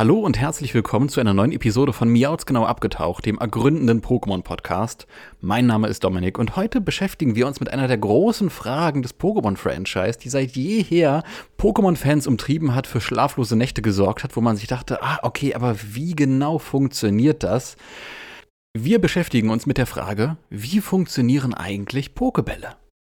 Hallo und herzlich willkommen zu einer neuen Episode von Miauts genau abgetaucht, dem ergründenden Pokémon-Podcast. Mein Name ist Dominik und heute beschäftigen wir uns mit einer der großen Fragen des Pokémon-Franchise, die seit jeher Pokémon-Fans umtrieben hat, für schlaflose Nächte gesorgt hat, wo man sich dachte, okay, aber wie genau funktioniert das? Wir beschäftigen uns mit der Frage, wie funktionieren eigentlich Pokébälle?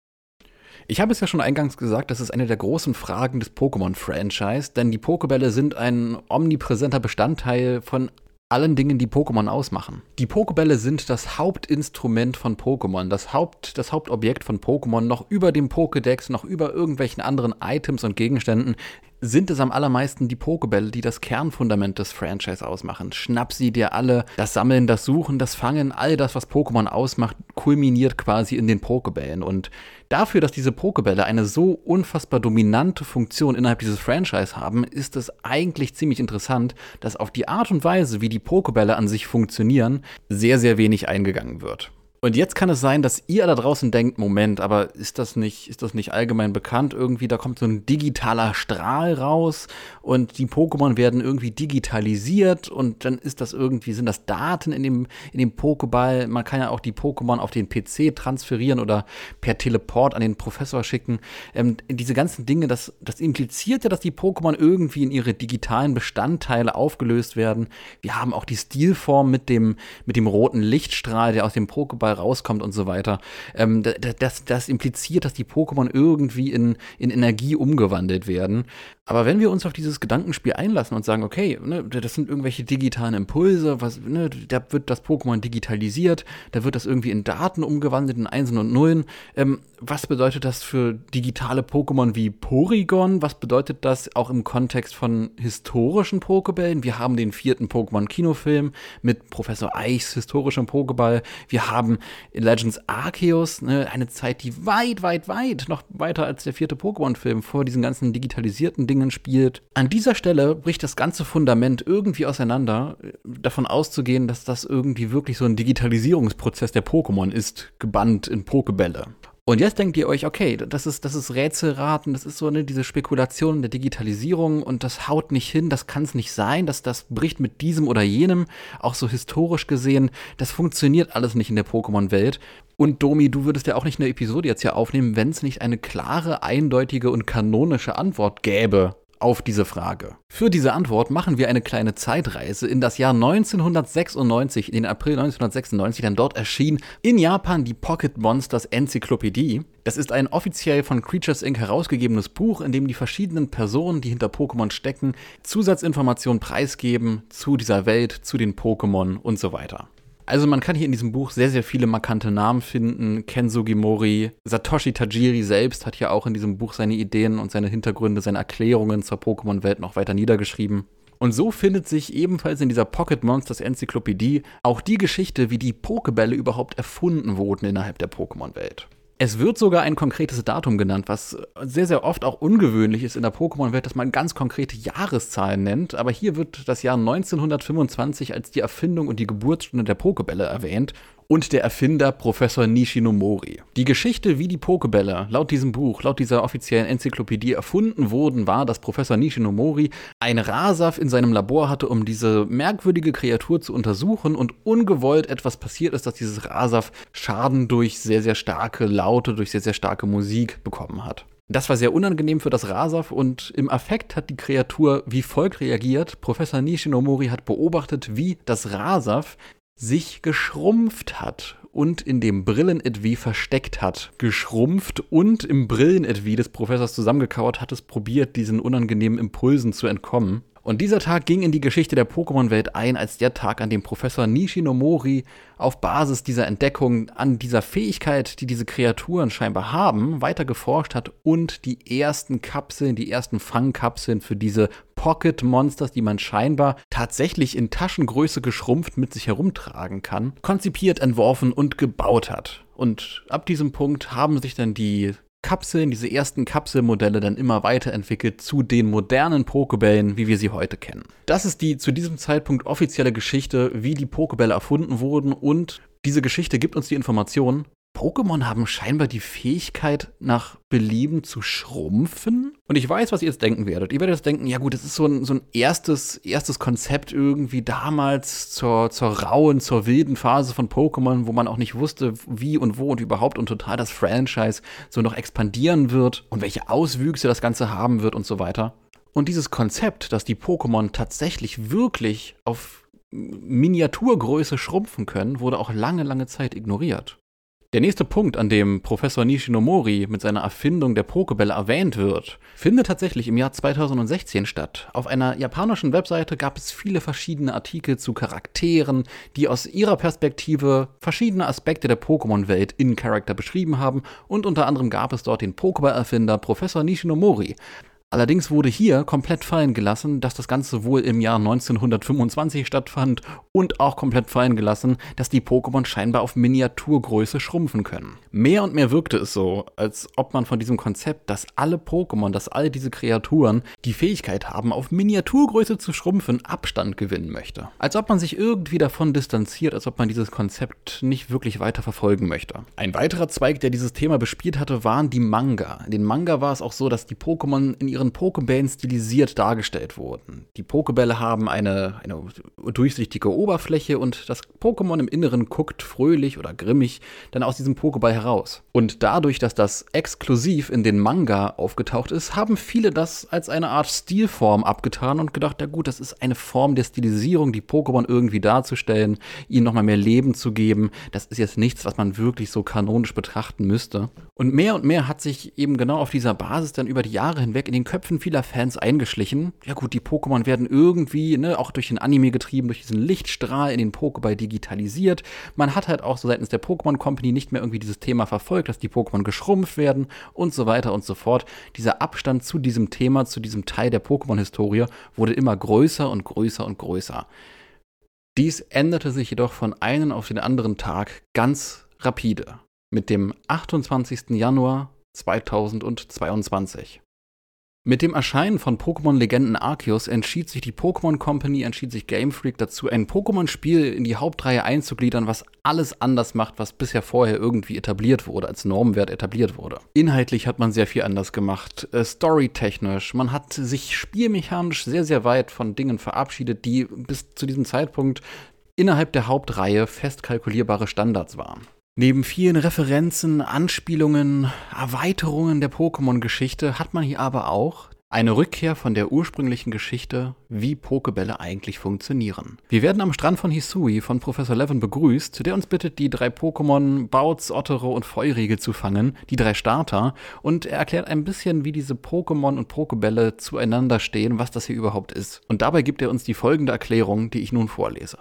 Ich habe es ja schon eingangs gesagt, das ist eine der großen Fragen des Pokémon-Franchise, denn die Pokébälle sind ein omnipräsenter Bestandteil von allen Dingen, die Pokémon ausmachen. Die Pokébälle sind das Hauptinstrument von Pokémon, das Hauptobjekt von Pokémon, noch über dem Pokédex, noch über irgendwelchen anderen Items und Gegenständen, sind es am allermeisten die Pokébälle, die das Kernfundament des Franchise ausmachen. Schnapp sie dir alle, das Sammeln, das Suchen, das Fangen, all das, was Pokémon ausmacht, kulminiert quasi in den Pokébällen. Und dafür, dass diese Pokébälle eine so unfassbar dominante Funktion innerhalb dieses Franchise haben, ist es eigentlich ziemlich interessant, dass auf die Art und Weise, wie die Pokébälle an sich funktionieren, sehr, sehr wenig eingegangen wird. Und jetzt kann es sein, dass ihr da draußen denkt, Moment, aber ist das nicht allgemein bekannt? Irgendwie, da kommt so ein digitaler Strahl raus und die Pokémon werden irgendwie digitalisiert und dann sind das Daten in dem Pokéball. Man kann ja auch die Pokémon auf den PC transferieren oder per Teleport an den Professor schicken. Diese ganzen Dinge, das impliziert ja, dass die Pokémon irgendwie in ihre digitalen Bestandteile aufgelöst werden. Wir haben auch die Stilform mit dem roten Lichtstrahl, der aus dem Pokéball rauskommt und so weiter. Das impliziert, dass die Pokémon irgendwie in Energie umgewandelt werden. Aber wenn wir uns auf dieses Gedankenspiel einlassen und sagen, okay, das sind irgendwelche digitalen Impulse, da wird das Pokémon digitalisiert, da wird das irgendwie in Daten umgewandelt, in Einsen und Nullen. Was bedeutet das für digitale Pokémon wie Porygon? Was bedeutet das auch im Kontext von historischen Pokébällen? Wir haben den 4. Pokémon-Kinofilm mit Professor Eichs historischem Pokéball. Wir haben in Legends Arceus eine Zeit, die weit, weit, weit noch weiter als der 4. Pokémon-Film vor diesen ganzen digitalisierten Dingen spielt. An dieser Stelle bricht das ganze Fundament irgendwie auseinander, davon auszugehen, dass das irgendwie wirklich so ein Digitalisierungsprozess der Pokémon ist, gebannt in Pokébälle. Und jetzt denkt ihr euch, okay, das ist Rätselraten, das ist so diese Spekulation der Digitalisierung und das haut nicht hin, das kann es nicht sein, das bricht mit diesem oder jenem, auch so historisch gesehen, das funktioniert alles nicht in der Pokémon-Welt. Und Domi, du würdest ja auch nicht eine Episode jetzt hier aufnehmen, wenn es nicht eine klare, eindeutige und kanonische Antwort gäbe auf diese Frage. Für diese Antwort machen wir eine kleine Zeitreise in das Jahr 1996, in den April 1996, denn dort erschien in Japan die Pocket Monsters Enzyklopädie. Das ist ein offiziell von Creatures Inc. herausgegebenes Buch, in dem die verschiedenen Personen, die hinter Pokémon stecken, Zusatzinformationen preisgeben zu dieser Welt, zu den Pokémon und so weiter. Also man kann hier in diesem Buch sehr, sehr viele markante Namen finden. Ken Sugimori, Satoshi Tajiri selbst hat ja auch in diesem Buch seine Ideen und seine Hintergründe, seine Erklärungen zur Pokémon-Welt noch weiter niedergeschrieben. Und so findet sich ebenfalls in dieser Pocket Monsters Enzyklopädie auch die Geschichte, wie die Pokébälle überhaupt erfunden wurden innerhalb der Pokémon-Welt. Es wird sogar ein konkretes Datum genannt, was sehr, sehr oft auch ungewöhnlich ist in der Pokémon-Welt, dass man ganz konkrete Jahreszahlen nennt. Aber hier wird das Jahr 1925 als die Erfindung und die Geburtsstunde der Pokébälle erwähnt. Und der Erfinder Professor Nishinomori. Die Geschichte, wie die Pokébälle laut diesem Buch, laut dieser offiziellen Enzyklopädie erfunden wurden, war, dass Professor Nishinomori ein Rasaf in seinem Labor hatte, um diese merkwürdige Kreatur zu untersuchen und ungewollt etwas passiert ist, dass dieses Rasaf Schaden durch sehr, sehr starke Laute, durch sehr, sehr starke Musik bekommen hat. Das war sehr unangenehm für das Rasaf und im Affekt hat die Kreatur wie folgt reagiert. Professor Nishinomori hat beobachtet, wie das Rasaf sich geschrumpft hat und in dem Brillenetui versteckt hat. Geschrumpft und im Brillenetui des Professors zusammengekauert hat es probiert, diesen unangenehmen Impulsen zu entkommen. Und dieser Tag ging in die Geschichte der Pokémon-Welt ein als der Tag, an dem Professor Nishinomori auf Basis dieser Entdeckung an dieser Fähigkeit, die diese Kreaturen scheinbar haben, weiter geforscht hat und die ersten Fangkapseln für diese Pocket Monsters, die man scheinbar tatsächlich in Taschengröße geschrumpft mit sich herumtragen kann, konzipiert, entworfen und gebaut hat. Und ab diesem Punkt haben sich dann diese ersten Kapselmodelle dann immer weiterentwickelt zu den modernen Pokébällen, wie wir sie heute kennen. Das ist die zu diesem Zeitpunkt offizielle Geschichte, wie die Pokébälle erfunden wurden und diese Geschichte gibt uns die Information, Pokémon haben scheinbar die Fähigkeit, nach Belieben zu schrumpfen. Und ich weiß, was ihr jetzt denken werdet. Ihr werdet jetzt denken, ja gut, das ist so ein erstes Konzept irgendwie damals zur rauen, zur wilden Phase von Pokémon, wo man auch nicht wusste, wie und wo und überhaupt und total das Franchise so noch expandieren wird und welche Auswüchse das Ganze haben wird und so weiter. Und dieses Konzept, dass die Pokémon tatsächlich wirklich auf Miniaturgröße schrumpfen können, wurde auch lange, lange Zeit ignoriert. Der nächste Punkt, an dem Professor Nishinomori mit seiner Erfindung der Pokébälle erwähnt wird, findet tatsächlich im Jahr 2016 statt. Auf einer japanischen Webseite gab es viele verschiedene Artikel zu Charakteren, die aus ihrer Perspektive verschiedene Aspekte der Pokémon-Welt in Character beschrieben haben, und unter anderem gab es dort den Pokéball-Erfinder Professor Nishinomori. Allerdings wurde hier komplett fallen gelassen, dass das Ganze wohl im Jahr 1925 stattfand und auch komplett fallen gelassen, dass die Pokémon scheinbar auf Miniaturgröße schrumpfen können. Mehr und mehr wirkte es so, als ob man von diesem Konzept, dass alle Pokémon, dass all diese Kreaturen die Fähigkeit haben, auf Miniaturgröße zu schrumpfen, Abstand gewinnen möchte. Als ob man sich irgendwie davon distanziert, als ob man dieses Konzept nicht wirklich weiter verfolgen möchte. Ein weiterer Zweig, der dieses Thema bespielt hatte, waren die Manga. In den Manga war es auch so, dass die Pokémon in ihren Pokébällen stilisiert dargestellt wurden. Die Pokébälle haben eine durchsichtige Oberfläche und das Pokémon im Inneren guckt fröhlich oder grimmig dann aus diesem Pokéball heraus. Und dadurch, dass das exklusiv in den Manga aufgetaucht ist, haben viele das als eine Art Stilform abgetan und gedacht, ja gut, das ist eine Form der Stilisierung, die Pokémon irgendwie darzustellen, ihnen nochmal mehr Leben zu geben. Das ist jetzt nichts, was man wirklich so kanonisch betrachten müsste. Und mehr hat sich eben genau auf dieser Basis dann über die Jahre hinweg in den Köpfen vieler Fans eingeschlichen. Ja gut, die Pokémon werden irgendwie, auch durch den Anime getrieben, durch diesen Lichtstrahl in den Pokéball digitalisiert. Man hat halt auch so seitens der Pokémon Company nicht mehr irgendwie dieses Thema verfolgt, dass die Pokémon geschrumpft werden und so weiter und so fort. Dieser Abstand zu diesem Thema, zu diesem Teil der Pokémon-Historie wurde immer größer und größer und größer. Dies änderte sich jedoch von einem auf den anderen Tag ganz rapide. Mit dem 28. Januar 2022. Mit dem Erscheinen von Pokémon Legenden Arceus entschied sich die Pokémon Company, entschied sich Game Freak dazu, ein Pokémon-Spiel in die Hauptreihe einzugliedern, was alles anders macht, was bisher vorher irgendwie etabliert wurde, als Normwert etabliert wurde. Inhaltlich hat man sehr viel anders gemacht, storytechnisch, man hat sich spielmechanisch sehr, sehr weit von Dingen verabschiedet, die bis zu diesem Zeitpunkt innerhalb der Hauptreihe fest kalkulierbare Standards waren. Neben vielen Referenzen, Anspielungen, Erweiterungen der Pokémon-Geschichte hat man hier aber auch eine Rückkehr von der ursprünglichen Geschichte, wie Pokébälle eigentlich funktionieren. Wir werden am Strand von Hisui von Professor Levin begrüßt, der uns bittet, die 3 Pokémon Bautz, Ottere und Feurigel zu fangen, die 3 Starter, und er erklärt ein bisschen, wie diese Pokémon und Pokébälle zueinander stehen, was das hier überhaupt ist. Und dabei gibt er uns die folgende Erklärung, die ich nun vorlese.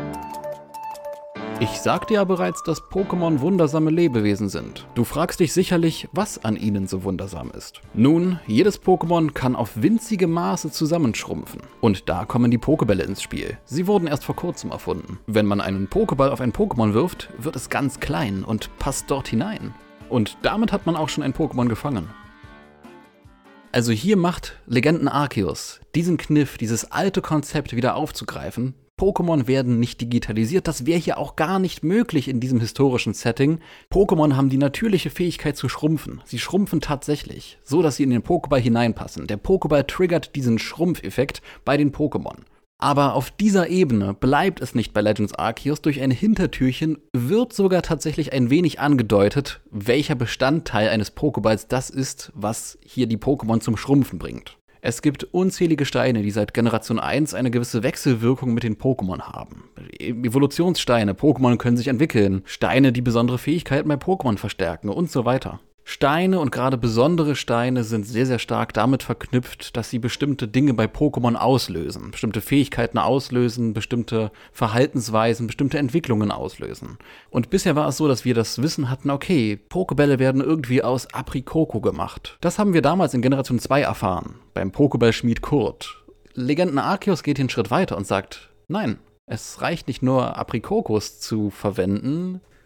Ich sagte ja bereits, dass Pokémon wundersame Lebewesen sind. Du fragst dich sicherlich, was an ihnen so wundersam ist. Nun, jedes Pokémon kann auf winzige Maße zusammenschrumpfen. Und da kommen die Pokébälle ins Spiel. Sie wurden erst vor kurzem erfunden. Wenn man einen Pokéball auf ein Pokémon wirft, wird es ganz klein und passt dort hinein. Und damit hat man auch schon ein Pokémon gefangen. Also hier macht Legenden Arceus diesen Kniff, dieses alte Konzept wieder aufzugreifen. Pokémon werden nicht digitalisiert, das wäre hier auch gar nicht möglich in diesem historischen Setting. Pokémon haben die natürliche Fähigkeit zu schrumpfen. Sie schrumpfen tatsächlich, so dass sie in den Pokéball hineinpassen. Der Pokéball triggert diesen Schrumpfeffekt bei den Pokémon. Aber auf dieser Ebene bleibt es nicht bei Legends Arceus. Durch ein Hintertürchen wird sogar tatsächlich ein wenig angedeutet, welcher Bestandteil eines Pokéballs das ist, was hier die Pokémon zum Schrumpfen bringt. Es gibt unzählige Steine, die seit Generation 1 eine gewisse Wechselwirkung mit den Pokémon haben. Evolutionssteine, Pokémon können sich entwickeln, Steine, die besondere Fähigkeiten bei Pokémon verstärken und so weiter. Steine und gerade besondere Steine sind sehr, sehr stark damit verknüpft, dass sie bestimmte Dinge bei Pokémon auslösen, bestimmte Fähigkeiten auslösen, bestimmte Verhaltensweisen, bestimmte Entwicklungen auslösen. Und bisher war es so, dass wir das Wissen hatten, okay, Pokébälle werden irgendwie aus Aprikoko gemacht. Das haben wir damals in Generation 2 erfahren, beim Pokéballschmied Kurt. Legenden Arceus geht den Schritt weiter und sagt, nein, es reicht nicht nur Aprikokos zu verwenden,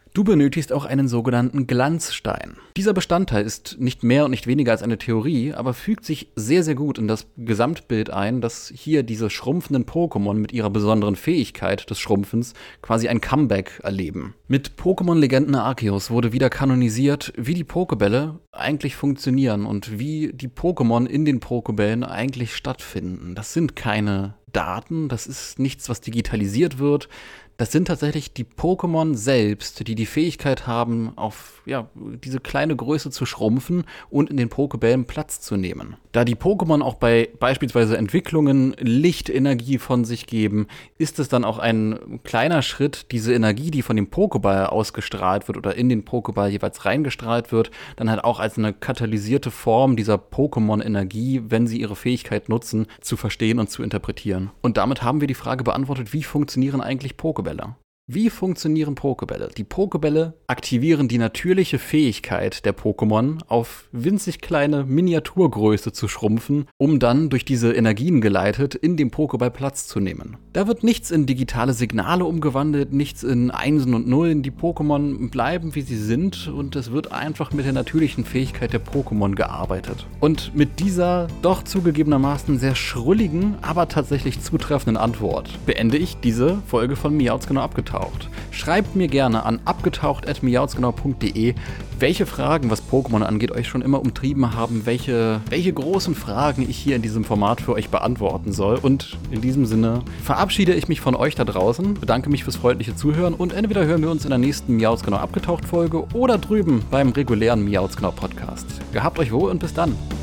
Du benötigst auch einen sogenannten Glanzstein. Dieser Bestandteil ist nicht mehr und nicht weniger als eine Theorie, aber fügt sich sehr, sehr gut in das Gesamtbild ein, dass hier diese schrumpfenden Pokémon mit ihrer besonderen Fähigkeit des Schrumpfens quasi ein Comeback erleben. Mit Pokémon-Legenden Arceus wurde wieder kanonisiert, wie die Pokébälle eigentlich funktionieren und wie die Pokémon in den Pokébällen eigentlich stattfinden. Das sind keine Daten, das ist nichts, was digitalisiert wird. Das sind tatsächlich die Pokémon selbst, die die Fähigkeit haben, auf diese kleine Größe zu schrumpfen und in den Pokébällen Platz zu nehmen. Da die Pokémon auch bei beispielsweise Entwicklungen Lichtenergie von sich geben, ist es dann auch ein kleiner Schritt, diese Energie, die von dem Pokéball ausgestrahlt wird oder in den Pokéball jeweils reingestrahlt wird, dann halt auch als eine katalysierte Form dieser Pokémon-Energie, wenn sie ihre Fähigkeit nutzen, zu verstehen und zu interpretieren. Und damit haben wir die Frage beantwortet, wie funktionieren eigentlich Pokébälle? Wie funktionieren Pokébälle? Die Pokébälle aktivieren die natürliche Fähigkeit der Pokémon, auf winzig kleine Miniaturgröße zu schrumpfen, um dann durch diese Energien geleitet in dem Pokéball Platz zu nehmen. Da wird nichts in digitale Signale umgewandelt, nichts in Einsen und Nullen. Die Pokémon bleiben, wie sie sind, und es wird einfach mit der natürlichen Fähigkeit der Pokémon gearbeitet. Und mit dieser doch zugegebenermaßen sehr schrulligen, aber tatsächlich zutreffenden Antwort beende ich diese Folge von Miautsgenau abgetaucht. Schreibt mir gerne an abgetaucht@miautsgenau.de, welche Fragen, was Pokémon angeht, euch schon immer umtrieben haben, welche großen Fragen ich hier in diesem Format für euch beantworten soll. Und in diesem Sinne verabschiede ich mich von euch da draußen, bedanke mich fürs freundliche Zuhören und entweder hören wir uns in der nächsten Miautsgenau abgetaucht Folge oder drüben beim regulären Miautsgenau Podcast. Gehabt euch wohl und bis dann.